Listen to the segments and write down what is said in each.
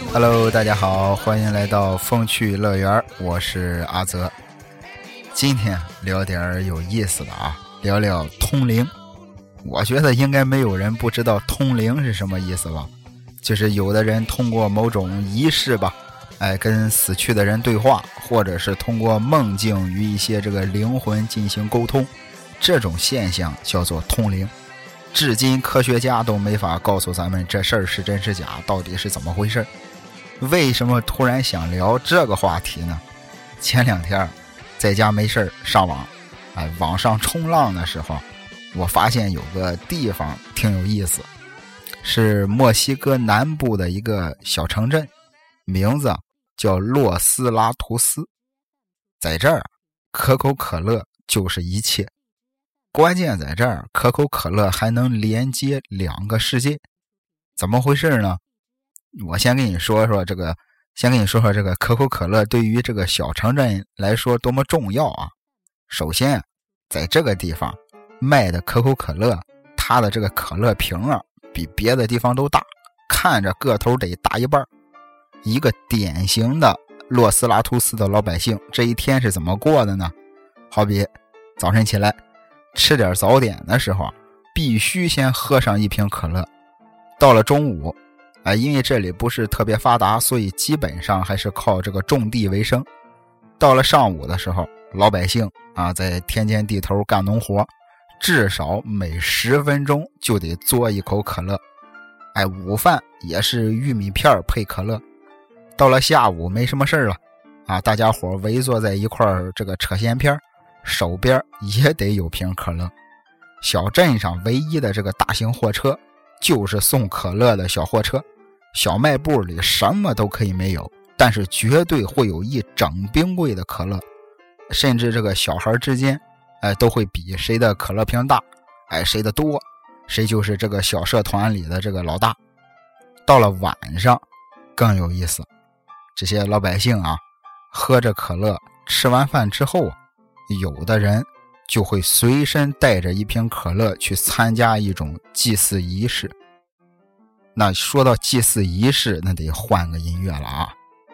Hello， 大家好，欢迎来到风趣乐园，我是阿泽。今天聊点有意思的啊，聊聊通灵。我觉得应该没有人不知道通灵是什么意思吧，就是有的人通过某种仪式吧，跟死去的人对话，或者是通过梦境与一些这个灵魂进行沟通，这种现象叫做通灵。至今科学家都没法告诉咱们这事儿是真是假，到底是怎么回事。为什么突然想聊这个话题呢？前两天在家没事上网，网上冲浪的时候，我发现有个地方挺有意思，是墨西哥南部的一个小城镇，名字叫洛斯拉图斯。在这儿，可口可乐就是一切。关键在这儿，可口可乐还能连接两个世界，怎么回事呢？我先跟你说说这个可口可乐对于这个小城镇来说多么重要啊！首先，在这个地方卖的可口可乐，它的这个可乐瓶比别的地方都大，看着个头得大一半。一个典型的洛斯拉图斯的老百姓，这一天是怎么过的呢？好比早晨起来吃点早点的时候，必须先喝上一瓶可乐。到了中午，因为这里不是特别发达，所以基本上还是靠这个种地为生。到了上午的时候，老百姓在田间地头干农活，至少每10分钟就得嘬一口可乐。午饭也是玉米片配可乐。到了下午没什么事了大家伙围坐在一块这个扯闲篇，手边也得有瓶可乐。小镇上唯一的这个大型货车就是送可乐的小货车，小卖部里什么都可以没有，但是绝对会有一整冰柜的可乐，甚至这个小孩之间都会比谁的可乐瓶大，谁的多，谁就是这个小社团里的这个老大。到了晚上更有意思，这些老百姓喝着可乐，吃完饭之后有的人就会随身带着一瓶可乐去参加一种祭祀仪式。那说到祭祀仪式，那得换个音乐了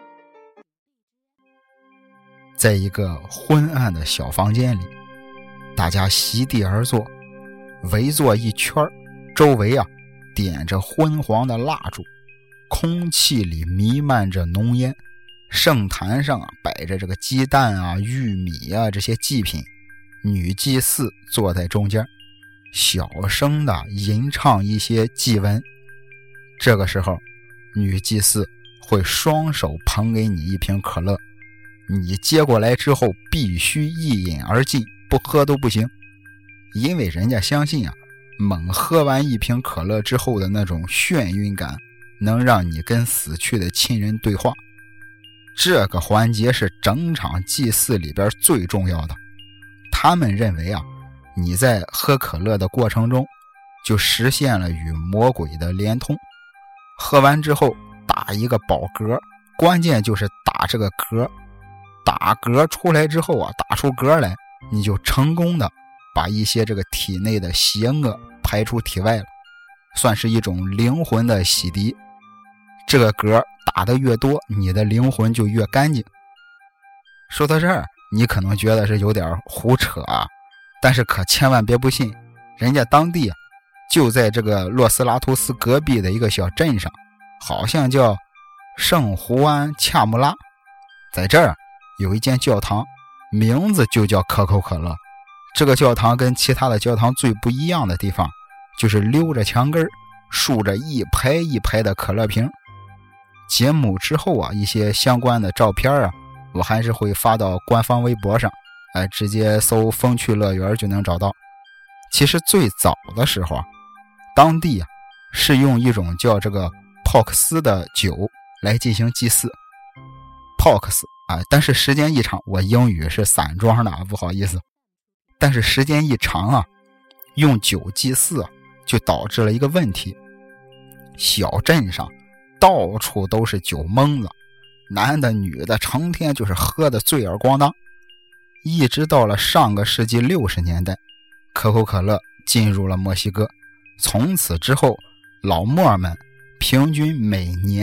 在一个昏暗的小房间里，大家席地而坐，围坐一圈，周围点着昏黄的蜡烛，空气里弥漫着浓烟，圣坛上摆着这个鸡蛋玉米这些祭品，女祭司坐在中间，小声的吟唱一些祭文。这个时候，女祭司会双手捧给你一瓶可乐，你接过来之后必须一饮而尽，不喝都不行。因为人家相信猛喝完一瓶可乐之后的那种眩晕感，能让你跟死去的亲人对话。这个环节是整场祭祀里边最重要的。他们认为你在喝可乐的过程中就实现了与魔鬼的连通。喝完之后打一个饱嗝，关键就是打这个嗝，打嗝出来之后打出嗝来，你就成功的把一些这个体内的邪恶排出体外了，算是一种灵魂的洗涤。这个嗝打得越多，你的灵魂就越干净。说到这儿，你可能觉得是有点胡扯但是可千万别不信，人家当地就在这个洛斯拉图斯隔壁的一个小镇上，好像叫圣胡安恰穆拉。在这儿有一间教堂，名字就叫可口可乐。这个教堂跟其他的教堂最不一样的地方，就是溜着墙根竖着一排一排的可乐瓶。节目之后一些相关的照片我还是会发到官方微博上，直接搜风趣乐园就能找到。其实最早的时候当地是用一种叫这个 POX 的酒来进行祭祀。POX 但是时间一长，我英语是散装的不好意思。但是时间一长用酒祭祀就导致了一个问题，小镇上到处都是酒蒙子，男的女的成天就是喝的醉耳光当。一直到了上个世纪60年代，可口可乐进入了墨西哥，从此之后老墨们平均每年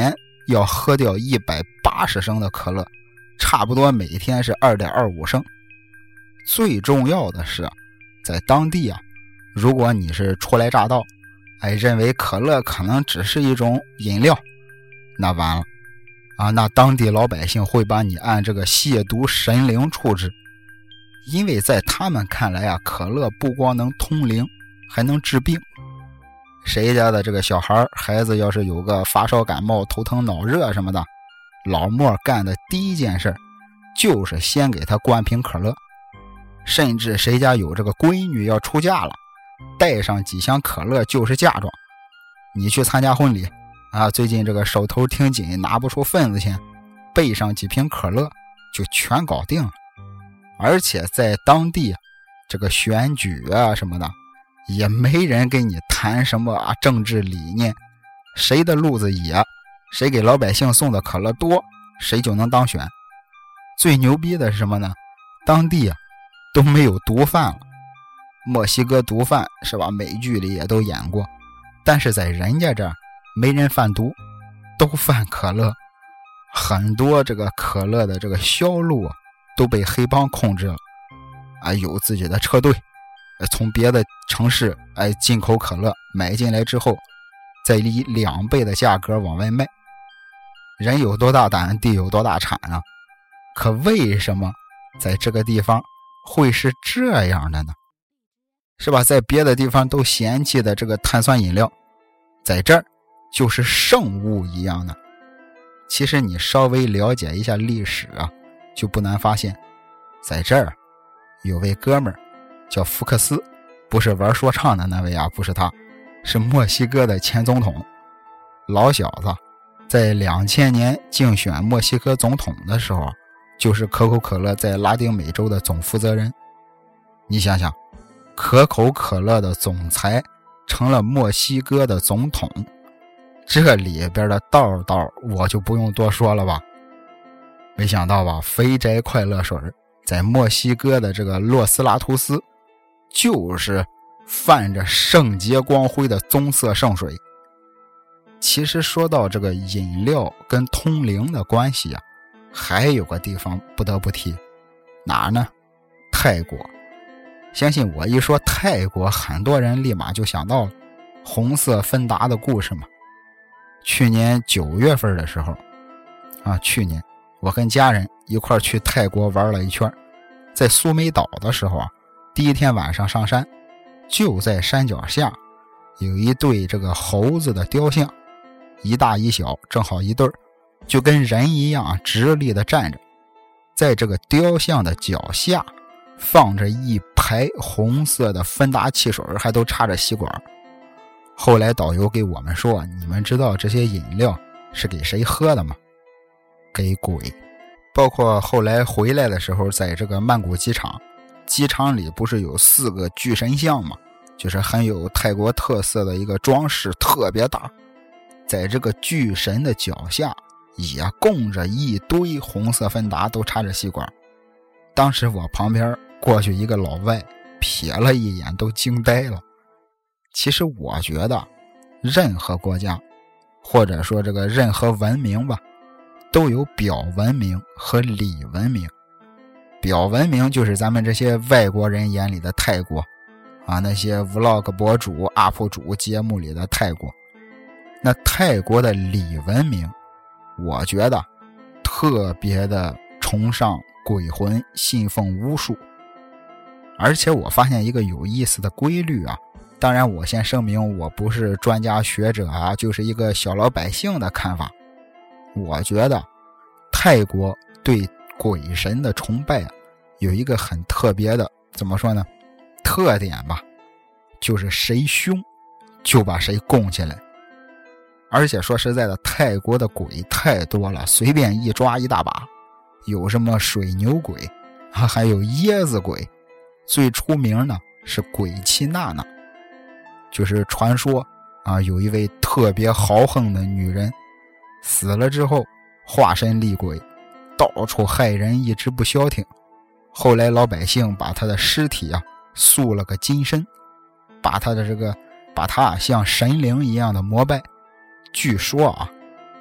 要喝掉180升的可乐，差不多每天是2.25升。最重要的是，在当地啊，如果你是初来乍到，认为可乐可能只是一种饮料，那完了啊！那当地老百姓会把你按这个亵渎神灵处置，因为在他们看来啊，可乐不光能通灵，还能治病。谁家的这个孩子要是有个发烧感冒、头疼脑热什么的，老莫干的第一件事就是先给他灌瓶可乐。甚至谁家有这个闺女要出嫁了，带上几箱可乐就是嫁妆。你去参加婚礼啊，最近这个手头挺紧，拿不出份子钱，备上几瓶可乐就全搞定了。而且在当地这个选举啊什么的，也没人跟你谈什么政治理念，谁的路子野，谁给老百姓送的可乐多，谁就能当选。最牛逼的是什么呢？当地都没有毒贩了。墨西哥毒贩是吧？美剧里也都演过，但是在人家这儿没人贩毒，都贩可乐。很多这个可乐的这个销路都被黑帮控制了有自己的车队，从别的城市进口可乐，买进来之后再以2倍的价格往外卖。人有多大胆，地有多大产啊！可为什么在这个地方会是这样的呢？是吧？在别的地方都嫌弃的这个碳酸饮料，在这儿就是圣物一样的。其实你稍微了解一下历史就不难发现，在这儿有位哥们儿叫福克斯，不是玩说唱的那位不是他，是墨西哥的前总统。老小子在2000年竞选墨西哥总统的时候，就是可口可乐在拉丁美洲的总负责人。你想想，可口可乐的总裁成了墨西哥的总统，这里边的道我就不用多说了吧。没想到吧，肥宅快乐水在墨西哥的这个洛斯拉图斯就是泛着圣洁光辉的棕色圣水。其实说到这个饮料跟通灵的关系还有个地方不得不提，哪儿呢？泰国。相信我一说泰国，很多人立马就想到了红色芬达的故事嘛。去年9月份的时候去年我跟家人一块去泰国玩了一圈，在苏梅岛的时候第一天晚上上山，就在山脚下有一对这个猴子的雕像，一大一小，正好一对，就跟人一样直立的站着。在这个雕像的脚下放着一排红色的芬达汽水，还都插着吸管。后来导游给我们说，你们知道这些饮料是给谁喝的吗？给鬼。包括后来回来的时候，在这个曼谷机场里不是有4个巨神像吗？就是很有泰国特色的一个装饰，特别大。在这个巨神的脚下也供着一堆红色芬达，都插着吸管。当时我旁边过去一个老外，瞥了一眼都惊呆了。其实我觉得任何国家或者说这个任何文明吧，都有表文明和里文明。表文明就是咱们这些外国人眼里的泰国那些 vlog 博主 UP 主节目里的泰国。那泰国的里文明，我觉得特别的崇尚鬼魂，信奉巫术。而且我发现一个有意思的规律当然我先声明我不是专家学者就是一个小老百姓的看法。我觉得泰国对鬼神的崇拜有一个很特别的，怎么说呢，特点吧，就是谁凶就把谁供起来。而且说实在的，泰国的鬼太多了，随便一抓一大把，有什么水牛鬼还有椰子鬼，最出名的是鬼妻娜娜。就是传说有一位特别豪横的女人，死了之后化身厉鬼，到处害人，一直不消停。后来老百姓把她的尸体塑了个金身，把她像神灵一样的膜拜。据说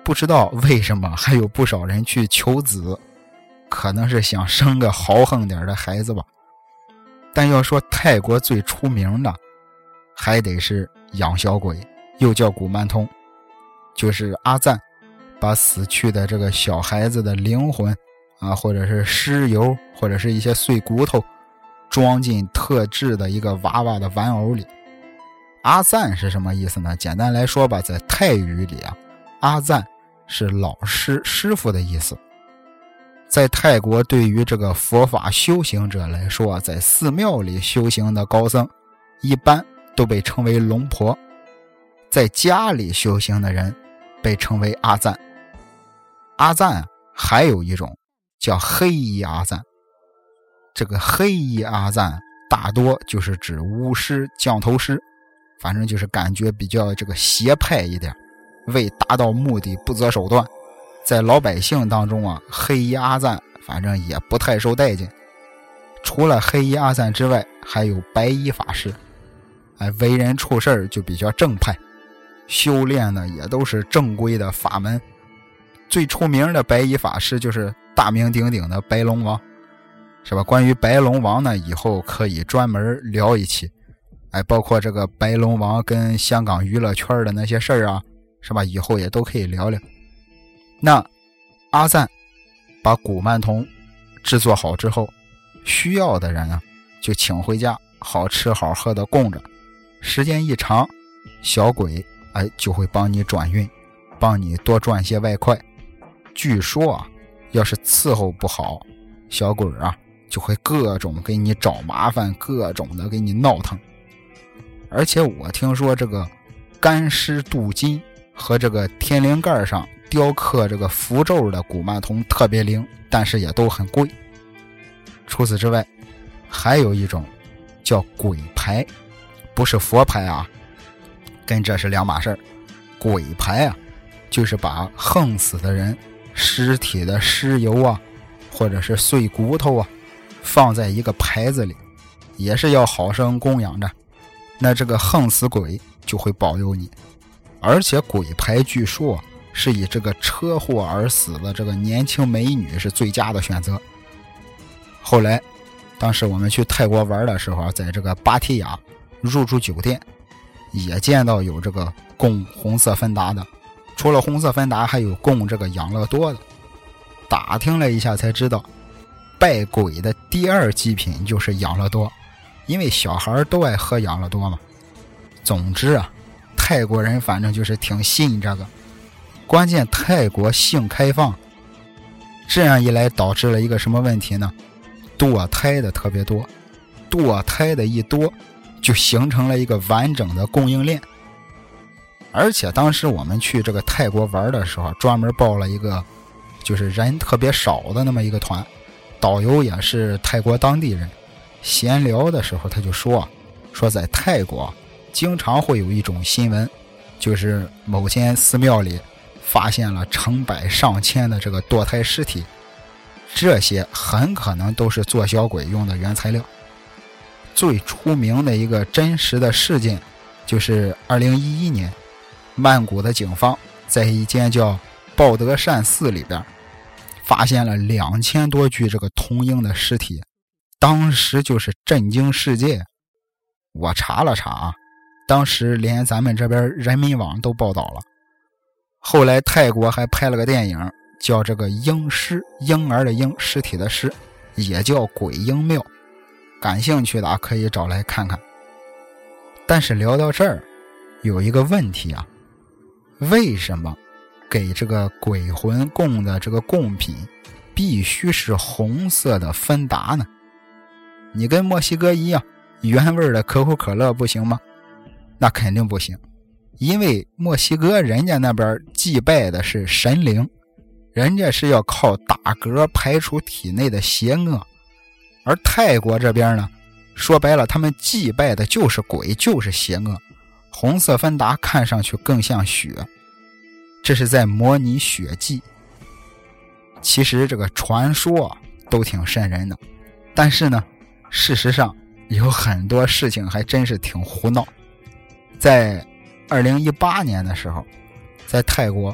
不知道为什么还有不少人去求子，可能是想生个豪横点的孩子吧。但要说泰国最出名的，还得是养小鬼，又叫古曼童，就是阿赞把死去的这个小孩子的灵魂啊，或者是尸油，或者是一些碎骨头，装进特制的一个娃娃的玩偶里。阿赞是什么意思呢？简单来说吧，在泰语里啊，阿赞是老师、师傅的意思。在泰国，对于这个佛法修行者来说，在寺庙里修行的高僧一般都被称为龙婆，在家里修行的人被称为阿赞。阿赞还有一种叫黑衣阿赞，这个黑衣阿赞大多就是指巫师、降头师，反正就是感觉比较这个邪派一点，为达到目的不择手段。在老百姓当中啊，黑衣阿赞反正也不太受待见。除了黑衣阿赞之外，还有白衣法师，为人处事就比较正派，修炼呢也都是正规的法门。最出名的白衣法师就是大名鼎鼎的白龙王，是吧？关于白龙王呢，以后可以专门聊一期，包括这个白龙王跟香港娱乐圈的那些事儿啊，是吧？以后也都可以聊聊。那阿赞把古曼童制作好之后，需要的人啊就请回家，好吃好喝的供着。时间一长，小鬼就会帮你转运，帮你多赚些外快。据说啊，要是伺候不好，小鬼啊就会各种给你找麻烦，各种的给你闹腾。而且我听说这个干尸镀金和这个天灵盖上雕刻这个符咒的古曼童特别灵，但是也都很贵。除此之外，还有一种叫鬼牌，不是佛牌啊，跟这是两码事。鬼牌啊，就是把横死的人尸体的尸油啊，或者是碎骨头啊，放在一个牌子里，也是要好生供养着。那这个横死鬼就会保佑你。而且鬼牌据说是以这个车祸而死的这个年轻美女是最佳的选择。后来当时我们去泰国玩的时候，在这个芭提雅入住酒店，也见到有这个供红色芬达的，除了红色芬达还有供这个养乐多的。打听了一下才知道，拜鬼的第二祭品就是养乐多，因为小孩都爱喝养乐多嘛。总之啊，泰国人反正就是挺信这个。关键泰国性开放，这样一来导致了一个什么问题呢？堕胎的特别多，堕胎的一多就形成了一个完整的供应链。而且当时我们去这个泰国玩的时候，专门报了一个就是人特别少的那么一个团，导游也是泰国当地人。闲聊的时候他就说在泰国经常会有一种新闻，就是某间寺庙里发现了成百上千的这个堕胎尸体，这些很可能都是做小鬼用的原材料。最出名的一个真实的事件就是2011年曼谷的警方在一间叫报德善寺里边发现了2000多具这个童婴的尸体，当时就是震惊世界。我查了查，当时连咱们这边人民网都报道了。后来泰国还拍了个电影叫这个婴尸，婴儿的婴，尸体的尸，也叫鬼婴庙，感兴趣的可以找来看看。但是聊到这儿有一个问题啊，为什么给这个鬼魂供的这个贡品必须是红色的芬达呢？你跟墨西哥一样，原味的可口可乐不行吗？那肯定不行，因为墨西哥人家那边祭拜的是神灵，人家是要靠打嗝排除体内的邪恶。而泰国这边呢，说白了他们祭拜的就是鬼，就是邪恶。红色芬达看上去更像血，这是在模拟血祭。其实这个传说都挺瘆人的，但是呢，事实上有很多事情还真是挺胡闹。在2018年的时候，在泰国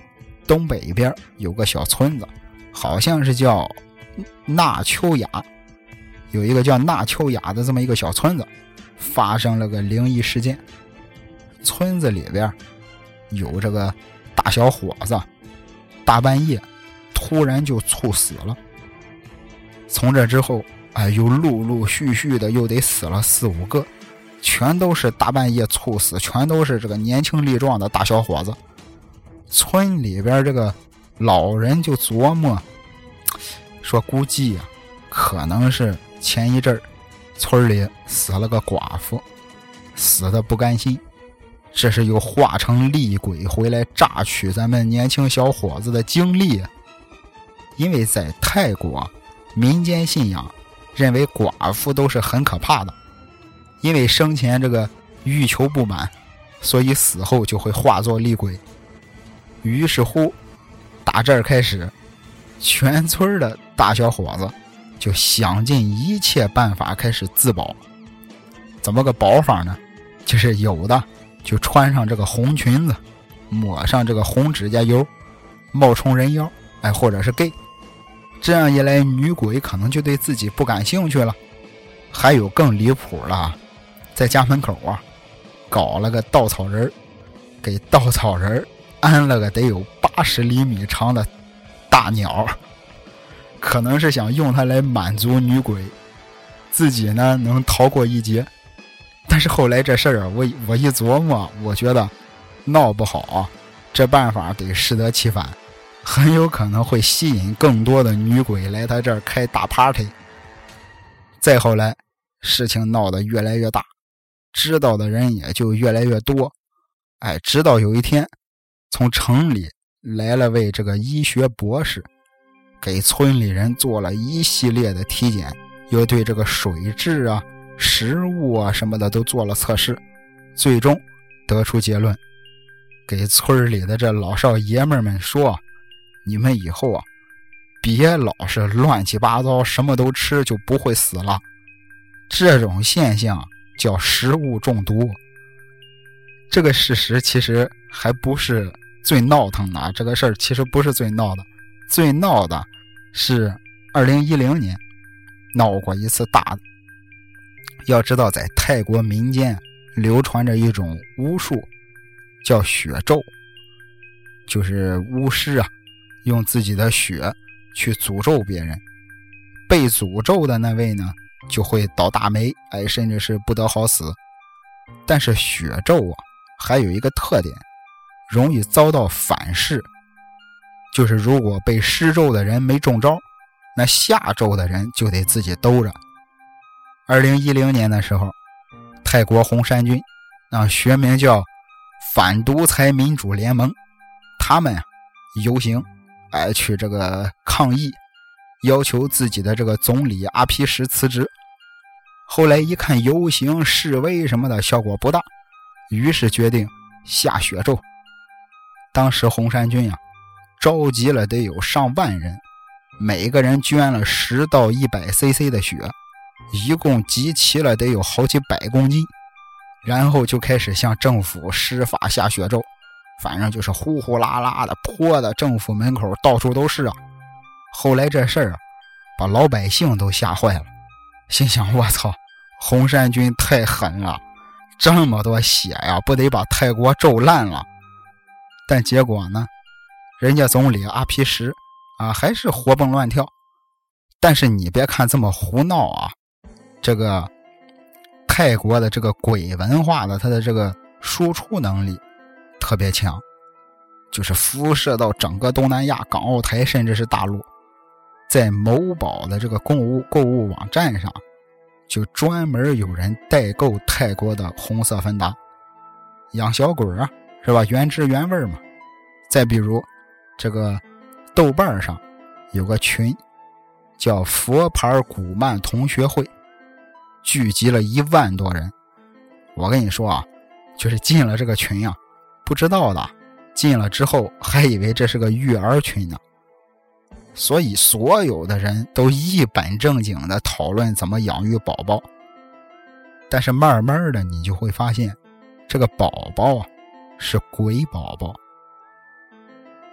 东北边有个小村子，好像是叫纳丘雅，有一个叫纳丘雅的这么一个小村子，发生了个灵异事件。村子里边有这个大小伙子大半夜突然就猝死了，从这之后又陆陆续续的又得死了4、5个，全都是大半夜猝死，全都是这个年轻力壮的大小伙子。村里边这个老人就琢磨说，估计可能是前一阵村里死了个寡妇，死的不甘心，这是又化成厉鬼回来榨取咱们年轻小伙子的精力。因为在泰国民间信仰认为寡妇都是很可怕的，因为生前这个欲求不满，所以死后就会化作厉鬼。于是乎打这儿开始，全村的大小伙子就想尽一切办法开始自保。怎么个保法呢？就是有的就穿上这个红裙子，抹上这个红指甲油，冒充人妖，或者是 gay， 这样一来女鬼可能就对自己不感兴趣了。还有更离谱了，在家门口搞了个稻草人，给稻草人安了个得有80厘米长的大鸟，可能是想用它来满足女鬼，自己呢能逃过一劫。但是后来这事儿我一琢磨，我觉得闹不好这办法得适得其反，很有可能会吸引更多的女鬼来他这儿开大 party。 再后来事情闹得越来越大，知道的人也就越来越多。直到有一天从城里来了位这个医学博士，给村里人做了一系列的体检，又对这个水质食物什么的都做了测试，最终得出结论，给村里的这老少爷们们说，你们以后别老是乱七八糟什么都吃，就不会死了。这种现象叫食物中毒。这个事实其实还不是最闹腾的，这个事儿其实不是最闹的，最闹的是2010年闹过一次大的。要知道在泰国民间流传着一种巫术叫血咒，就是巫师用自己的血去诅咒别人，被诅咒的那位呢就会倒大霉，甚至是不得好死。但是血咒还有一个特点，容易遭到反噬，就是如果被施咒的人没中招，那下咒的人就得自己兜着。2010年的时候，泰国红衫军学名叫反独裁民主联盟，他们游行去这个抗议，要求自己的这个总理阿皮什辞职。后来一看游行示威什么的效果不大，于是决定下血咒。当时红衫军召集了得有上万人，每个人捐了10到100cc 的血，一共集齐了得有好几百公斤，然后就开始向政府施法下血咒，反正就是呼呼啦啦的泼的政府门口到处都是后来这事儿把老百姓都吓坏了，心想我操，红衫军太狠了，这么多血不得把泰国咒烂了。但结果呢，人家总理阿皮什还是活蹦乱跳。但是你别看这么胡闹这个泰国的这个鬼文化的它的这个输出能力特别强，就是辐射到整个东南亚、港澳台甚至是大陆。在某宝的这个购物网站上，就专门有人代购泰国的红色芬达，养小鬼是吧？原汁原味嘛。再比如这个豆瓣上有个群叫佛牌古曼同学会，聚集了1万多人。我跟你说就是进了这个群不知道的进了之后还以为这是个育儿群呢。所以所有的人都一本正经的讨论怎么养育宝宝。但是慢慢的你就会发现，这个宝宝是鬼宝宝。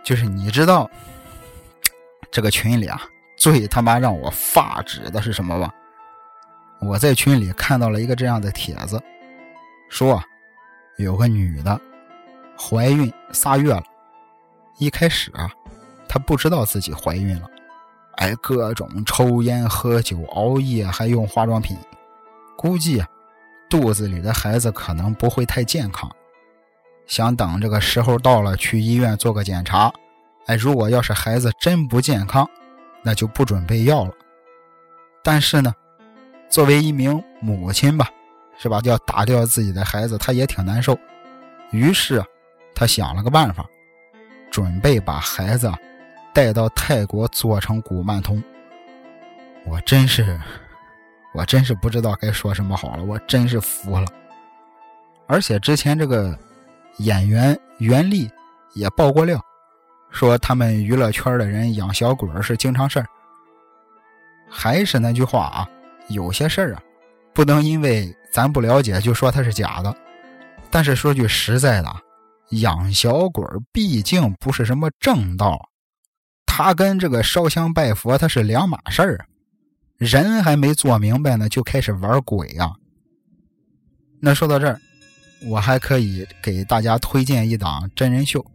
就是你知道这个群里啊，最他妈让我发指的是什么吧？我在群里看到了一个这样的帖子，说有个女的怀孕3月了，一开始她不知道自己怀孕了，各种抽烟喝酒熬夜，还用化妆品，估计肚子里的孩子可能不会太健康，想等这个时候到了去医院做个检查，如果要是孩子真不健康，那就不准备要了。但是呢，作为一名母亲吧，是吧，要打掉自己的孩子，她也挺难受。于是她想了个办法，准备把孩子带到泰国做成古曼童。我真是不知道该说什么好了，我真是服了。而且之前这个演员袁立也爆过料，说他们娱乐圈的人养小鬼是经常事儿。还是那句话有些事儿不能因为咱不了解就说它是假的。但是说句实在的，养小鬼毕竟不是什么正道，它跟这个烧香拜佛它是两码事儿。人还没做明白呢，就开始玩鬼那说到这儿，我还可以给大家推荐一档真人秀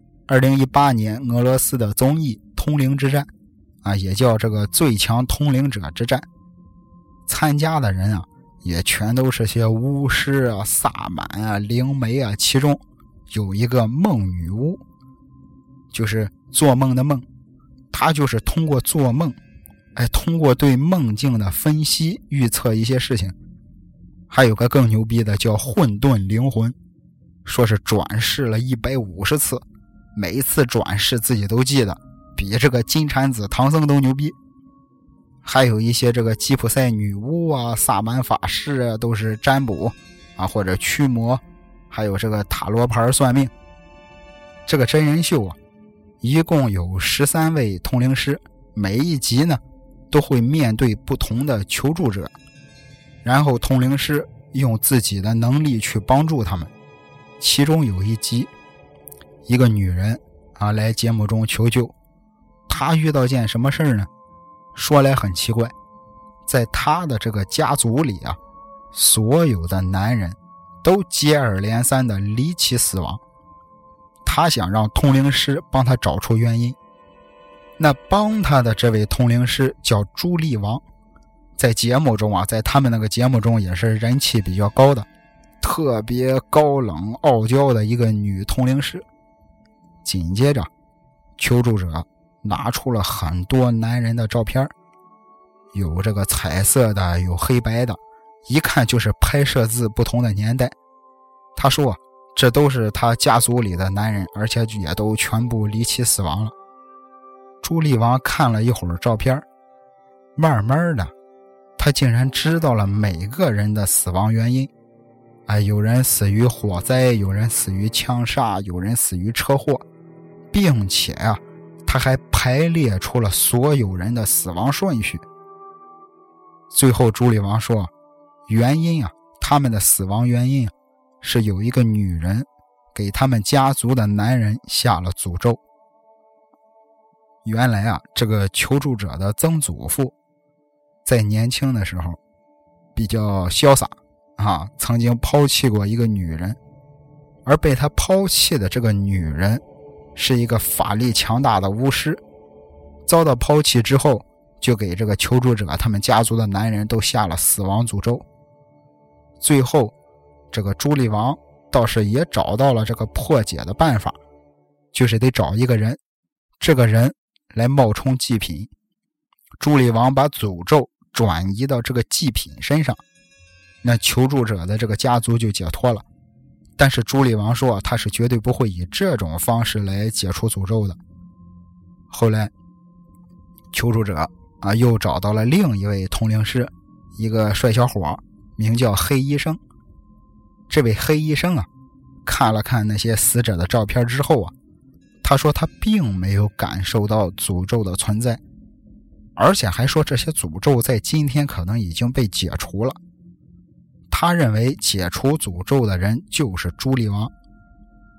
，2018年俄罗斯的综艺《通灵之战》也叫这个最强通灵者之战。参加的人也全都是些巫师萨满灵媒其中有一个梦女巫，就是做梦的梦，她就是通过做梦通过对梦境的分析预测一些事情。还有个更牛逼的叫混沌灵魂，说是转世了150次，每一次转世自己都记得，比这个金蝉子唐僧都牛逼。还有一些这个吉普赛女巫萨满法师都是占卜或者驱魔，还有这个塔罗牌算命。这个真人秀一共有13位通灵师，每一集呢都会面对不同的求助者，然后通灵师用自己的能力去帮助他们。其中有一集，一个女人来节目中求救，她遇到件什么事呢？说来很奇怪，在她的这个家族里所有的男人都接二连三的离奇死亡。她想让通灵师帮她找出原因。那帮他的这位通灵师叫朱利王，在节目中在他们那个节目中也是人气比较高的，特别高冷傲娇的一个女通灵师。紧接着求助者拿出了很多男人的照片，有这个彩色的，有黑白的，一看就是拍摄自不同的年代。他说这都是他家族里的男人，而且也都全部离奇死亡了。朱利王看了一会儿照片，慢慢的他竟然知道了每个人的死亡原因。有人死于火灾，有人死于枪杀，有人死于车祸，并且他还排列出了所有人的死亡顺序。最后朱利王说，原因他们的死亡原因是有一个女人给他们家族的男人下了诅咒。原来这个求助者的曾祖父在年轻的时候比较潇洒曾经抛弃过一个女人，而被他抛弃的这个女人是一个法力强大的巫师，遭到抛弃之后就给这个求助者他们家族的男人都下了死亡诅咒。最后这个朱利王倒是也找到了这个破解的办法，就是得找一个人，这个人来冒充祭品。朱利王把诅咒转移到这个祭品身上，那求助者的这个家族就解脱了。但是朱利王说他是绝对不会以这种方式来解除诅咒的。后来求助者又找到了另一位通灵师，一个帅小伙名叫黑医生。这位黑医生看了看那些死者的照片之后他说他并没有感受到诅咒的存在，而且还说这些诅咒在今天可能已经被解除了。他认为解除诅咒的人就是朱利王。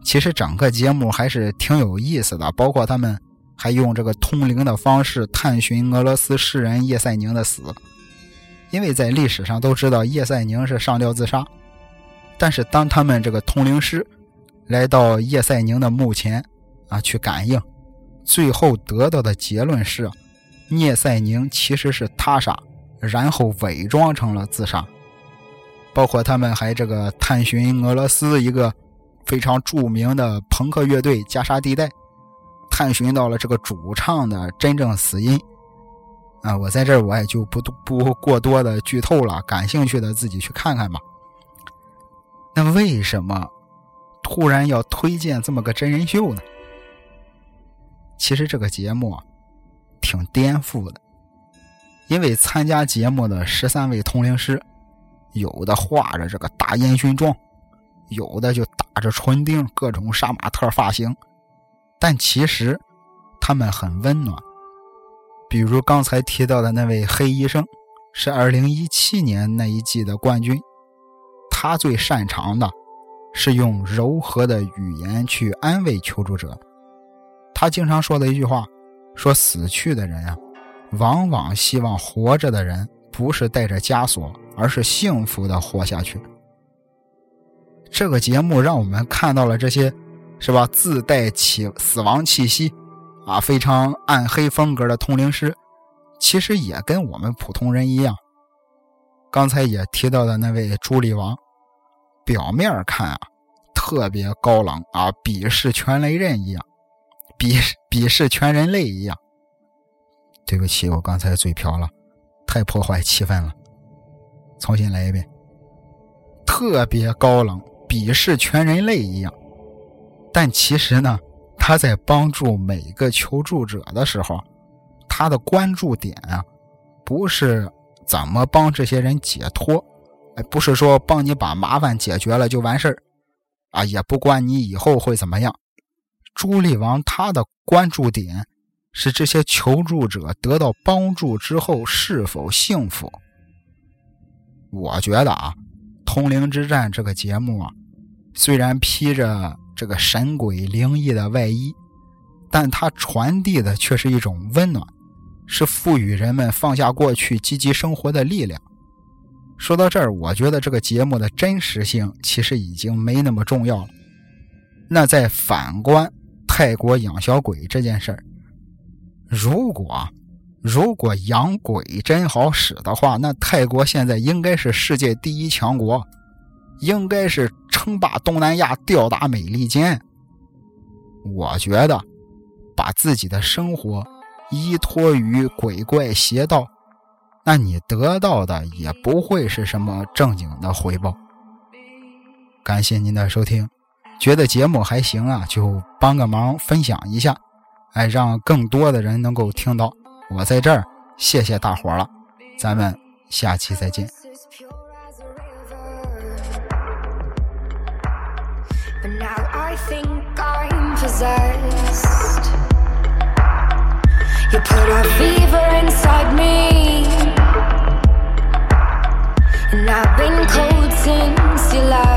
其实整个节目还是挺有意思的，包括他们还用这个通灵的方式探寻俄罗斯诗人叶赛宁的死。因为在历史上都知道叶赛宁是上吊自杀，但是当他们这个通灵师来到叶赛宁的墓前去感应，最后得到的结论是叶赛宁其实是他杀，然后伪装成了自杀。包括他们还这个探寻俄罗斯一个非常著名的朋克乐队加沙地带，探寻到了这个主唱的真正死因我在这儿我也就不过多的剧透了，感兴趣的自己去看看吧。那为什么突然要推荐这么个真人秀呢？其实这个节目挺颠覆的，因为参加节目的13位通灵师，有的画着这个大烟熏妆，有的就打着唇钉，各种杀马特发型，但其实他们很温暖。比如刚才提到的那位黑医生，是2017年那一季的冠军，他最擅长的是用柔和的语言去安慰求助者。他经常说的一句话，说死去的人往往希望活着的人不是带着枷锁，而是幸福的活下去。这个节目让我们看到了这些是吧，自带死亡气息非常暗黑风格的通灵师，其实也跟我们普通人一样。刚才也提到的那位朱莉王，表面看特别高冷鄙视全人类一样，鄙视全人类一样。对不起，我刚才嘴瓢了，太破坏气氛了，重新来一遍。特别高冷，鄙视全人类一样，但其实呢，他在帮助每个求助者的时候，他的关注点不是怎么帮这些人解脱，不是说帮你把麻烦解决了就完事儿也不管你以后会怎么样。朱莉王他的关注点是这些求助者得到帮助之后是否幸福。我觉得通灵之战这个节目虽然披着这个神鬼灵异的外衣，但它传递的却是一种温暖，是赋予人们放下过去积极生活的力量。说到这儿，我觉得这个节目的真实性其实已经没那么重要了。那再反观泰国养小鬼这件事儿，如果养鬼真好使的话，那泰国现在应该是世界第一强国，应该是称霸东南亚，吊打美利坚。我觉得把自己的生活依托于鬼怪邪道，那你得到的也不会是什么正经的回报。感谢您的收听，觉得节目还行就帮个忙分享一下，让更多的人能够听到。我在这儿谢谢大伙了，咱们下期再见。 But now I think I'm possessed. You put a fever inside me, and I've been cold since you left.